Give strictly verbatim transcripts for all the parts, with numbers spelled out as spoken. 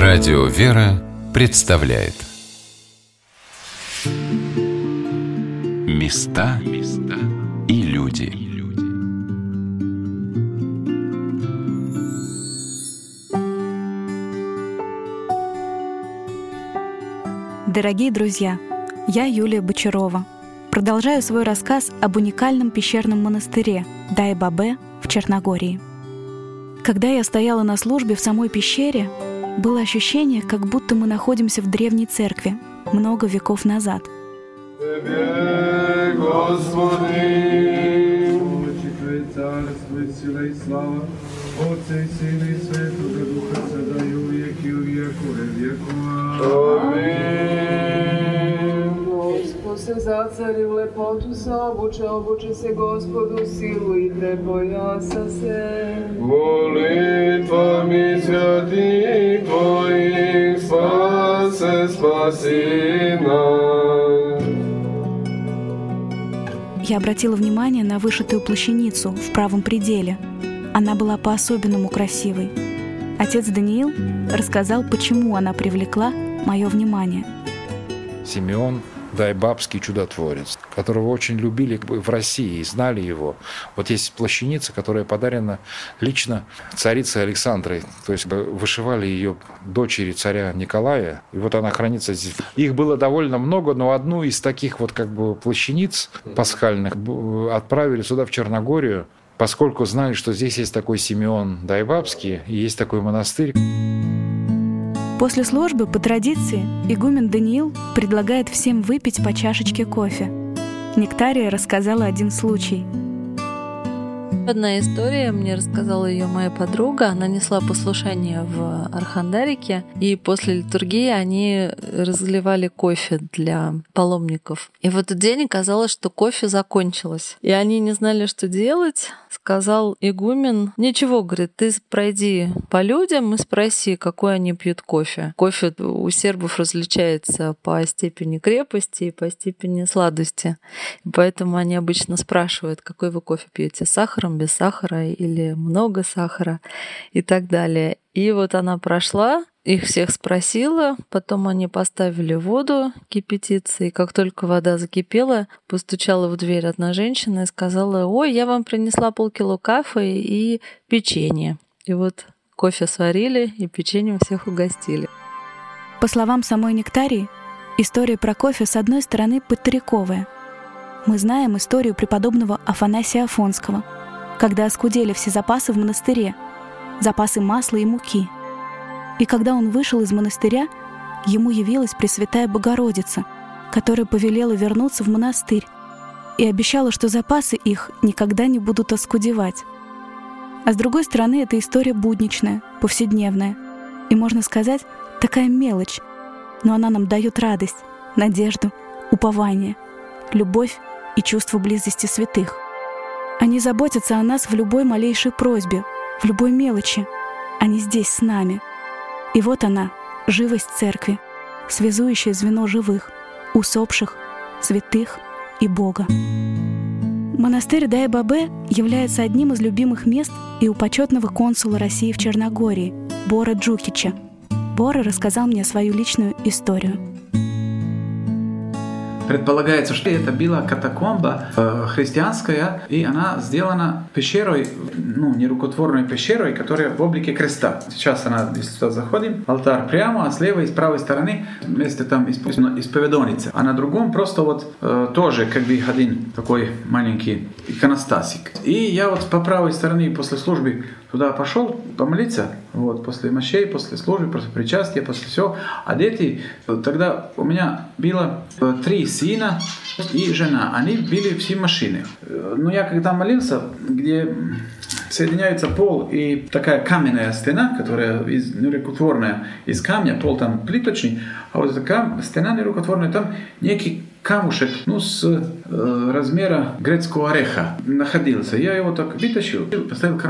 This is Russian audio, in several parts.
Радио «Вера» представляет Места и люди. Дорогие друзья, я Юлия Бочарова. Продолжаю свой рассказ об уникальном пещерном монастыре Дай-Бабе в Черногории. Когда я стояла на службе в самой пещере, было ощущение, как будто мы находимся в древней церкви, много веков назад. Тебе, Господи, Твое царство и сила и слава, Отца и Сына и Святого Духа, содаю веки у веку и веку. Амин. Господ се zacari u lepotu saobuče, obuče se Gospodu silu i prepojasa se. Молитвами святых Твоих спаси, спаси нас. Я обратила внимание на вышитую плащаницу в правом пределе. Она была по-особенному красивой. Отец Даниил рассказал, почему она привлекла мое внимание. Симеон Дай-Бабский чудотворец, которого очень любили в России и знали его. Вот есть плащаница, которая подарена лично царице Александрой. То есть вышивали ее дочери царя Николая, и вот она хранится здесь. Их было довольно много, но одну из таких вот как бы плащаниц пасхальных отправили сюда, в Черногорию, поскольку знали, что здесь есть такой Симеон Дай-Бабский и есть такой монастырь. После службы, по традиции, игумен Даниил предлагает всем выпить по чашечке кофе. Нектария рассказала один случай. Одна история, мне рассказала ее моя подруга. Она несла послушание в Архандарике, и после литургии они разливали кофе для паломников. И в этот день оказалось, что кофе закончилось. И они не знали, что делать. Сказал игумен: ничего, говорит, ты пройди по людям и спроси, какой они пьют кофе. Кофе у сербов различается по степени крепости и по степени сладости. И поэтому они обычно спрашивают, какой вы кофе пьете, с сахаром, без сахара или много сахара и так далее. И вот она прошла, их всех спросила, потом они поставили воду кипятиться, и как только вода закипела, постучала в дверь одна женщина и сказала: ой, я вам принесла полкило кафе и печенье. И вот кофе сварили, и печеньем всех угостили. По словам самой Нектарии, история про кофе, с одной стороны, подтариковая. Мы знаем историю преподобного Афанасия Афонского, когда оскудели все запасы в монастыре, запасы масла и муки. И когда он вышел из монастыря, ему явилась Пресвятая Богородица, которая повелела вернуться в монастырь и обещала, что запасы их никогда не будут оскудевать. А с другой стороны, это история будничная, повседневная, и, можно сказать, такая мелочь, но она нам дает радость, надежду, упование, любовь и чувство близости святых. Они заботятся о нас в любой малейшей просьбе, в любой мелочи. Они здесь с нами. И вот она, живость церкви, связующее звено живых, усопших, святых и Бога. Монастырь Дай-Бабе является одним из любимых мест и у почетного консула России в Черногории Бора Джухича. Бора рассказал мне свою личную историю. Предполагается, что это была катакомба э, христианская, и она сделана пещерой, ну, нерукотворной пещерой, которая в облике креста. Сейчас она, если туда заходим, алтарь прямо, а с левой и с правой стороны вместе там исповедoniца. А на другом просто вот э, тоже как бы один такой маленький иконостасик. И я вот по правой стороне после службы туда пошел помолиться, вот, после мощей, после службы, после причастия, после всего. А дети, тогда у меня было три сына и жена, они были все машины. Но я когда молился, где соединяется пол и такая каменная стена, которая из, нерукотворная, из камня, пол там плиточный, а вот эта стена нерукотворная, там некий камушек, ну, с э, размера грецкого ореха находился. Я его так вытащил, поставил в карман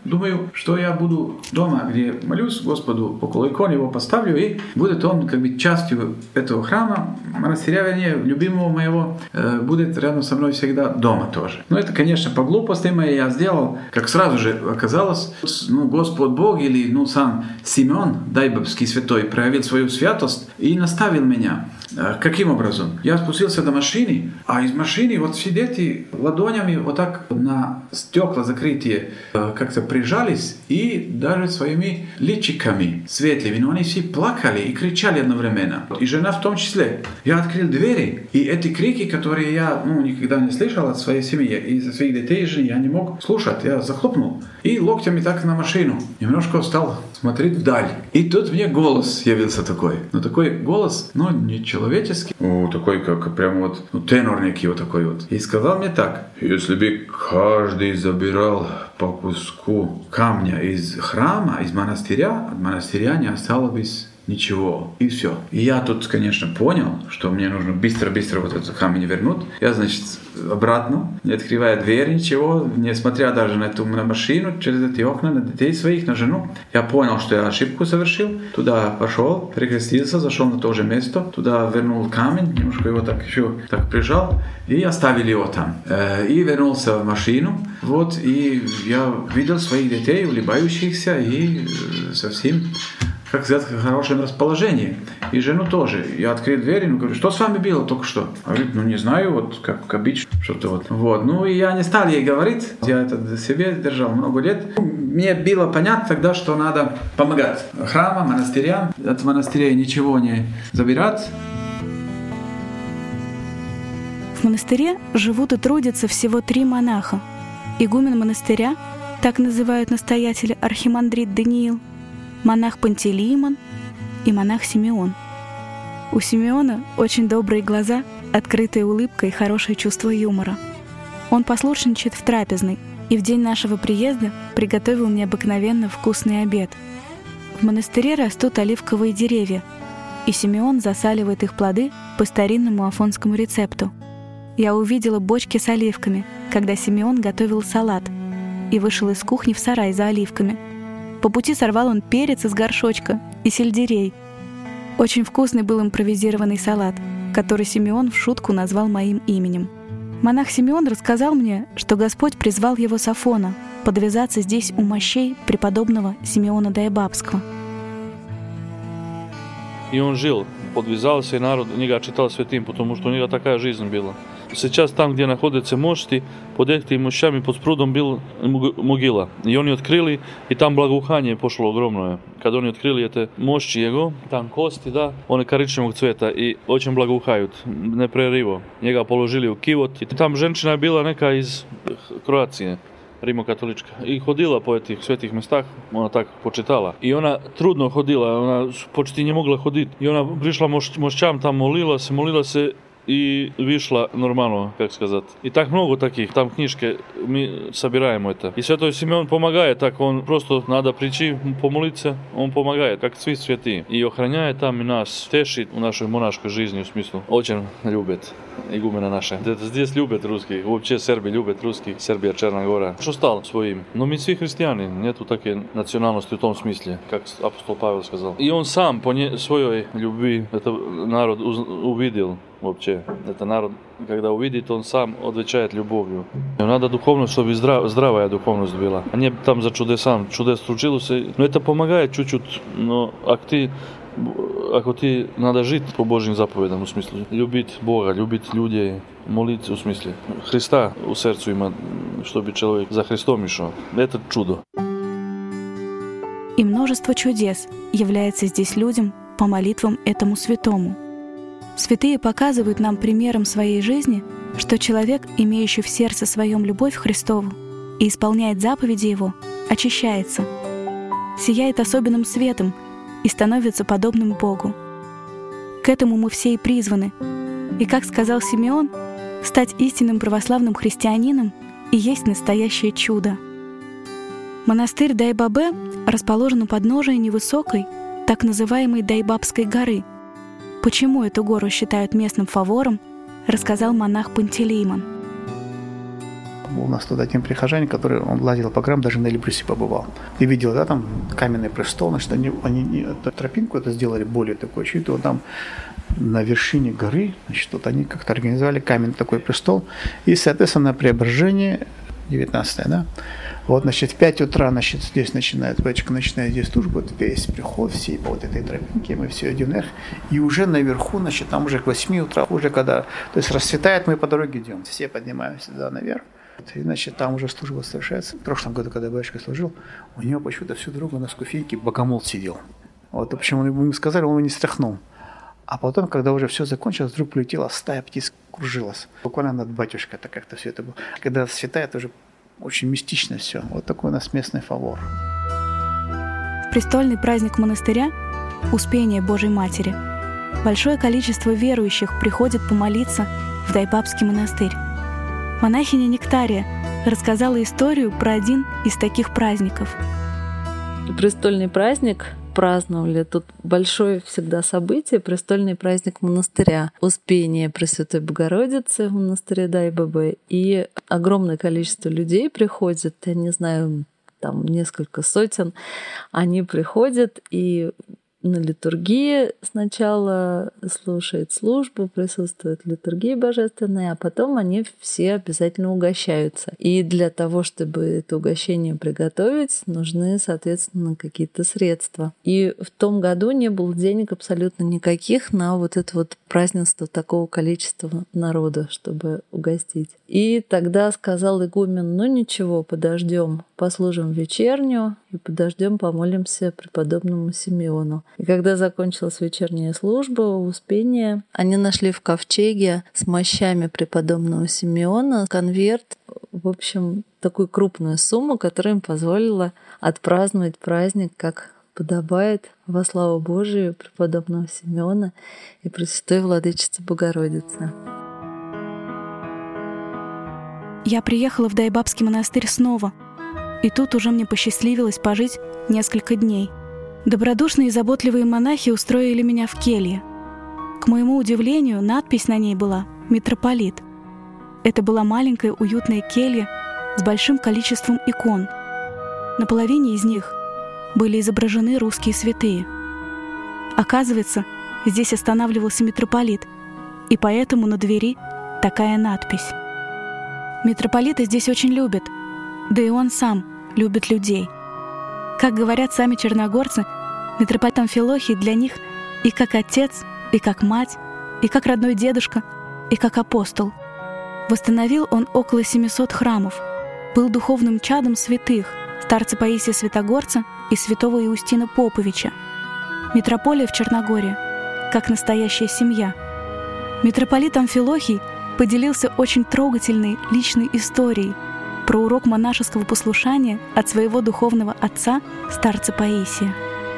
думаю, что я буду дома, где молюсь Господу, около иконы его поставлю, и будет он как бы частью этого храма, монастыря, вернее, любимого моего, э, будет рядом со мной всегда дома тоже. Но это, конечно, по глупости моей я сделал, как сразу же оказалось, ну, Господь Бог или ну, сам Симеон Дайбабский святой проявил свою святость и наставил меня. Каким образом? Я спустился до машины, а из машины вот все дети ладонями вот так на стекла закрытие как-то прижались и даже своими личиками светлыми, но они все плакали и кричали одновременно. И жена в том числе. Я открыл двери, и эти крики, которые я ну, никогда не слышал от своей семьи, и за своих детей и жены, я не мог слушать. Я захлопнул и локтями так на машину. Немножко стал смотреть вдаль. И тут мне голос явился такой. Ну такой голос, ну не человеческий. О, такой как прям вот ну, тенорненький вот такой вот. И сказал мне так. Если бы каждый забирал по куску камня из храма, из монастыря, от монастыря не осталось ничего. И все. И я тут, конечно, понял, что мне нужно быстро-быстро вот этот камень вернуть. Я, значит, обратно, не открывая дверь, ничего, не смотря даже на эту на машину, через эти окна, на детей своих, на жену, я понял, что я ошибку совершил. Туда пошел, перекрестился, зашел на то же место, туда вернул камень, немножко его так еще так прижал, и оставили его там. И вернулся в машину, вот, и я видел своих детей, улыбающихся, и совсем как сказать, в хорошем расположении. И жену тоже. Я открыл дверь и ну, говорю, что с вами было только что? Она говорит, ну не знаю, вот как обычно, что-то вот. Вот. Ну и я не стал ей говорить, я это для себя держал много лет. Мне было понятно тогда, что надо помогать храмам, монастырям. От монастырей ничего не забирать. В монастыре живут и трудятся всего три монаха. Игумен монастыря, так называют настоятеля архимандрит Даниил, монах Пантелеимон и монах Симеон. У Симеона очень добрые глаза, открытая улыбка и хорошее чувство юмора. Он послушничает в трапезной и в день нашего приезда приготовил необыкновенно вкусный обед. В монастыре растут оливковые деревья, и Симеон засаливает их плоды по старинному афонскому рецепту. Я увидела бочки с оливками, когда Симеон готовил салат, и вышел из кухни в сарай за оливками. По пути сорвал он перец из горшочка и сельдерей. Очень вкусный был импровизированный салат, который Симеон в шутку назвал моим именем. Монах Симеон рассказал мне, что Господь призвал его с Афона подвязаться здесь у мощей преподобного Симеона Дайбабского. И он жил, подвязался, и народ njega читал святым, потому что у него такая жизнь была. Сейчас там, где находятся мощи, под этими мощами, под спрудом был могила. И они открыли, и там благоухание пошло огромное. Когда они открыли это мощи его, там кости, да, они коричневого цвета и очень благоухают, непрерывно. Njega положили в кивот. И там женщина была нека из Кроации, римокатоличка. И ходила по этих святых местах, она так почитала. И она трудно ходила, она почти не могла ходить. И она пришла мощам, там молила се, молила се, и вышла нормально, как сказать. И так много таких, там книжки, мы собираем это. И святой Симеон помогает, так он просто надо прийти, помолиться, он помогает, как свит святый. И охраняет там и нас, тешит в нашей монашеской жизни, в смысле. Очень любит игумена наша. Это здесь любят русских, вообще серби любят русских, Сербия, Черная Гора. Что стал своим? Но мы все христиане, нету такой национальности в том смысле, как апостол Павел сказал. И он сам по своей любви этот народ увидел. Вообще, это народ, когда увидит, он сам отвечает любовью. Надо духовность, чтобы здрав, здравая духовность была. А не там за чудесам, чудес случилось. Но это помогает чуть-чуть. Но а ты, ако ти надо жить по Божьим заповедям, в смысле, любить Бога, любить людей, молиться, в смысле, Христа у сердцу има, чтобы человек за Христом шел. Это чудо. И множество чудес является здесь людям по молитвам этому святому. Святые показывают нам примером своей жизни, что человек, имеющий в сердце своем любовь к Христову и исполняет заповеди Его, очищается, сияет особенным светом и становится подобным Богу. К этому мы все и призваны. И, как сказал Симеон, стать истинным православным христианином и есть настоящее чудо. Монастырь Дайбабе расположен у подножия невысокой, так называемой Дайбабской горы. Почему эту гору считают местным фавором, рассказал монах Пантелеимон. Был у нас туда один прихожанин, который, он лазил по горам, даже на Эльбрусе побывал. И видел, да, там каменный престол, значит, они, они эту тропинку это сделали более такой, чуть вот там на вершине горы, значит, вот они как-то организовали каменный такой престол. И, соответственно, на Преображение, девятнадцатое, да, вот, значит, в пять утра, значит, здесь начинает, батюшка начинает здесь службу, вот весь приход, все по вот этой тропинке, мы все идем наверх, и уже наверху, значит, там уже к восьми утра, уже когда, то есть расцветает, мы по дороге идем, все поднимаемся туда наверх, и, значит, там уже служба совершается. В прошлом году, когда батюшка служил, у него почему-то всю дорогу на скуфейке богомол сидел. Вот, в общем, ему сказали, он его не стряхнул. А потом, когда уже все закончилось, вдруг полетела стая птиц, кружилась. Буквально над батюшкой это как-то все это было. Когда светает, уже очень мистично все. Вот такой у нас местный фавор. В престольный праздник монастыря – Успение Божьей Матери. Большое количество верующих приходит помолиться в Дайбабский монастырь. Монахиня Нектария рассказала историю про один из таких праздников. Престольный праздник праздновали. Тут большое всегда событие, престольный праздник монастыря. Успение Пресвятой Богородицы в монастыре Дайбабы. И огромное количество людей приходит, я не знаю, там несколько сотен. Они приходят и на литургии сначала слушают службу, присутствуют в литургии божественной, а потом они все обязательно угощаются. И для того, чтобы это угощение приготовить, нужны, соответственно, какие-то средства. И в том году не было денег абсолютно никаких на вот это вот празднество такого количества народа, чтобы угостить. И тогда сказал игумен: ну ничего, подождем, послужим вечернюю и подождем, помолимся преподобному Симеону. И когда закончилась вечерняя служба, Успение, они нашли в ковчеге с мощами преподобного Симеона конверт, в общем, такую крупную сумму, которая им позволила отпраздновать праздник, как подобает, во славу Божию преподобного Симеона и Пресвятой Владычицы Богородицы. Я приехала в Дайбабский монастырь снова, и тут уже мне посчастливилось пожить несколько дней. Добродушные и заботливые монахи устроили меня в келье. К моему удивлению, надпись на ней была «Митрополит». Это была маленькая уютная келья с большим количеством икон. На половине из них были изображены русские святые. Оказывается, здесь останавливался митрополит, и поэтому на двери такая надпись. Митрополита здесь очень любят, да и он сам любит людей. Как говорят сами черногорцы, митрополит Амфилохий для них и как отец, и как мать, и как родной дедушка, и как апостол. Восстановил он около семисот храмов, был духовным чадом святых, старца Паисия Святогорца и святого Иустина Поповича. Митрополия в Черногории, как настоящая семья. Митрополит Амфилохий поделился очень трогательной личной историей про урок монашеского послушания от своего духовного отца, старца Паисия.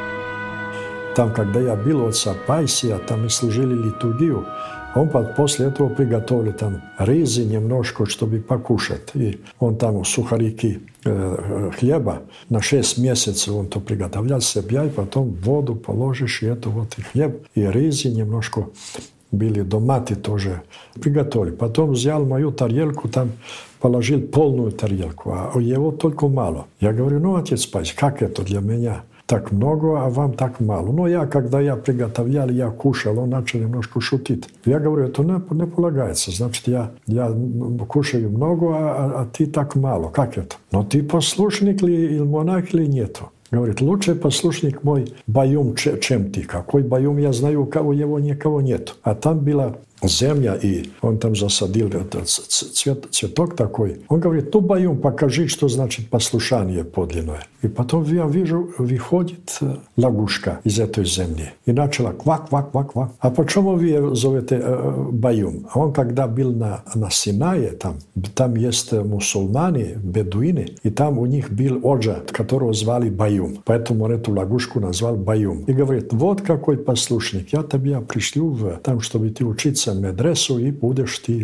Там, когда я был у отца Паисия, там мы служили литургию, он после этого приготовил там ризы немножко, чтобы покушать. И он там сухарики э, хлеба на шесть месяцев он то приготовлял себе, и потом в воду положишь, и это вот и хлеб, и ризы немножко были, доматы тоже приготовили. Потом взял мою тарелку, там положил полную тарелку, а его только мало. Я говорю: ну, отец Паисий, как это для меня? Так много, а вам так мало. Но я, когда я приготовлял, я кушал, он начал немножко шутить. Я говорю: это не, не полагается. Значит, я, я кушаю много, а, а ты так мало. Как это? Но ты послушник ли, или монах, или нету? Говорит: лучший послушник мой Баюм, чем ты. Какой Баюм, я знаю, у кого его никого нет. А там была земля, и он там засадил этот цвет, цветок такой. Он говорит: ну, Баюм, покажи, что значит послушание подлинное. И потом я вижу, выходит лягушка из этой земли. И начала квак-квак-квак-квак. А почему вы ее зовете э, Баюм? А он, когда был на, на Синае, там, там есть мусульмане, бедуины, и там у них был оджа, которого звали Баюм. Поэтому он эту лягушку назвал Баюм. И говорит: вот какой послушник, я тебя пришлю в, там, чтобы ты учиться медресу, и будешь ты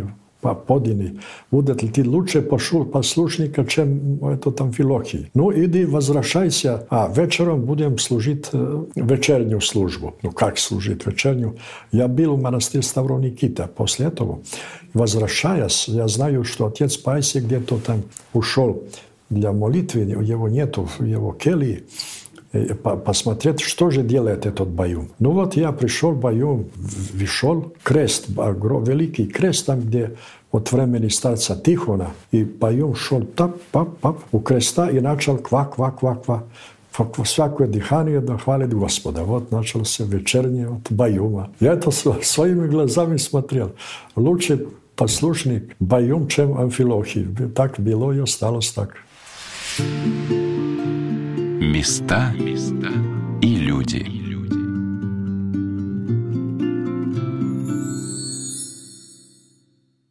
по подini, будет ли ты лучше послушника, чем этот Амфилохий? Ну, иди, возвращайся, а вечером будем служить вечернюю службу. Ну, как служить вечернюю? Я был в монастыре Ставроникита после этого. Возвращаясь, я знаю, что отец Паисий где-то там ушел для молитвы, его нету в его келье, посмотреть, что же делает этот Баюм. Ну вот я пришел, Баюм вышел, крест, великий крест, там, где от времени старца Тихона, и Баюм шел так, пап, пап, у креста и начал ква-ква-ква-ква. Всякое дыхание да хвалит Господа. Вот начался вечерний от Баюма. Я это своими глазами смотрел. Лучше послушник Баюм, чем Амфилохий. Так было и осталось так. Места и люди.